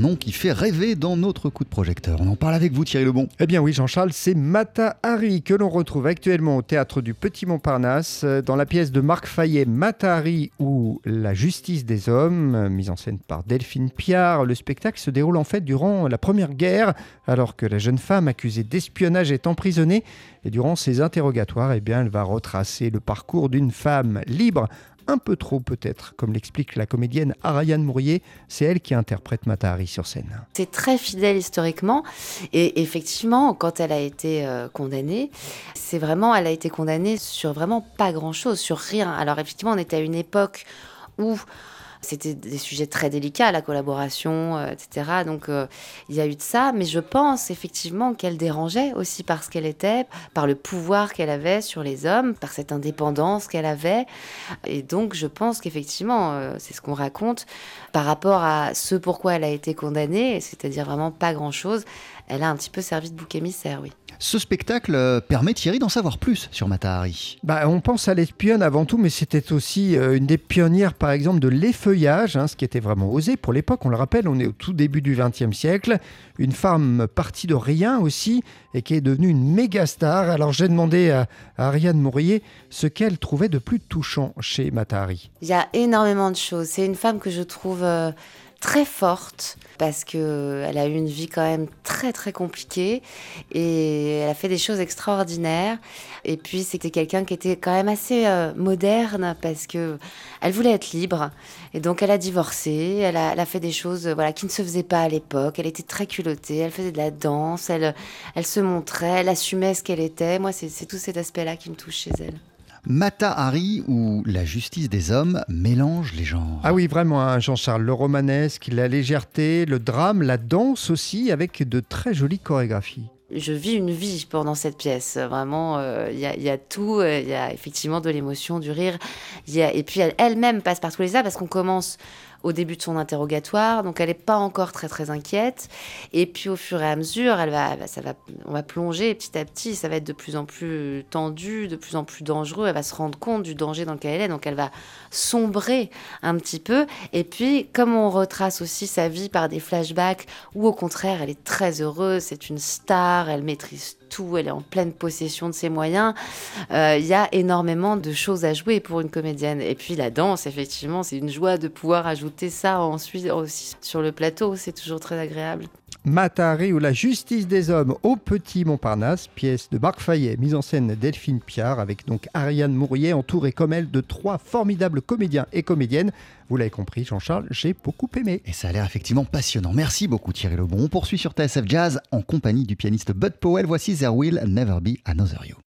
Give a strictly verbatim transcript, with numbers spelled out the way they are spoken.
nom qui fait rêver dans notre coup de projecteur. On en parle avec vous, Thierry Lebon. Eh bien oui, Jean-Charles, c'est Mata Hari que l'on retrouve actuellement au Théâtre du Petit Montparnasse dans la pièce de Marc Fayet, Mata Hari ou La justice des hommes, mise en scène par Delphine Piard. Le spectacle se déroule en fait durant la Première Guerre, alors que la jeune femme accusée d'espionnage est emprisonnée. Et durant ses interrogatoires, eh bien, elle va retracer le parcours d'une femme libre, un peu trop peut-être, comme l'explique la comédienne Ariane Mourier. C'est elle qui interprète Mata Hari sur scène. C'est très fidèle historiquement et effectivement, quand elle a été euh, condamnée, c'est vraiment, elle a été condamnée sur vraiment pas grand-chose, sur rien. Alors effectivement, on était à une époque où c'était des sujets très délicats, la collaboration, euh, et cetera. Donc, euh, il y a eu de ça. Mais je pense effectivement qu'elle dérangeait aussi par ce qu'elle était, par le pouvoir qu'elle avait sur les hommes, par cette indépendance qu'elle avait. Et donc, je pense qu'effectivement, euh, c'est ce qu'on raconte, par rapport à ce pourquoi elle a été condamnée, c'est-à-dire vraiment pas grand-chose, elle a un petit peu servi de bouc émissaire, oui. Ce spectacle permet, Thierry, d'en savoir plus sur Mata Hari. Bah, on pense à l'espionne avant tout, mais c'était aussi euh, une des pionnières, par exemple, de l'effeuillage, hein, ce qui était vraiment osé pour l'époque. On le rappelle, on est au tout début du vingtième siècle. Une femme partie de rien aussi et qui est devenue une méga star. Alors j'ai demandé à, à Ariane Mourier ce qu'elle trouvait de plus touchant chez Mata Hari. Il y a énormément de choses. C'est une femme que je trouve euh, très forte parce qu'elle a eu une vie quand même très très compliquée et elle a fait des choses extraordinaires. Et puis c'était quelqu'un qui était quand même assez euh, moderne parce que elle voulait être libre et donc elle a divorcé, elle a, elle a fait des choses euh, voilà, qui ne se faisaient pas à l'époque. Elle était très culottée, elle faisait de la danse, elle, elle se montrait, elle assumait ce qu'elle était. Moi c'est, c'est tout cet aspect-là qui me touche chez elle. Mata Hari ou La justice des hommes mélange les genres. Ah oui, vraiment, hein, Jean-Charles, le romanesque, la légèreté, le drame, la danse aussi, avec de très jolies chorégraphies. Je vis une vie pendant cette pièce. Vraiment, il euh, y, y a tout. Il euh, y a effectivement de l'émotion, du rire. Y a, et puis elle, elle-même passe par tous les étapes parce qu'on commence au début de son interrogatoire, donc elle n'est pas encore très très inquiète. Et puis au fur et à mesure, elle va, ça va, on va plonger petit à petit. Ça va être de plus en plus tendu, de plus en plus dangereux. Elle va se rendre compte du danger dans lequel elle est, donc elle va sombrer un petit peu. Et puis, comme on retrace aussi sa vie par des flashbacks, où au contraire, elle est très heureuse, c'est une star, elle maîtrise tout, elle est en pleine possession de ses moyens. Il euh, y a énormément de choses à jouer pour une comédienne. Et puis la danse, effectivement, c'est une joie de pouvoir ajouter ça ensuite aussi sur le plateau. C'est toujours très agréable. Mata Hari ou La justice des hommes au Petit Montparnasse, pièce de Marc Fayet, mise en scène Delphine Piard, avec donc Ariane Mourier, entourée comme elle de trois formidables comédiens et comédiennes. Vous l'avez compris, Jean-Charles, j'ai beaucoup aimé. Et ça a l'air effectivement passionnant. Merci beaucoup, Thierry Lebon. On poursuit sur T S F Jazz en compagnie du pianiste Bud Powell. Voici There Will Never Be Another You.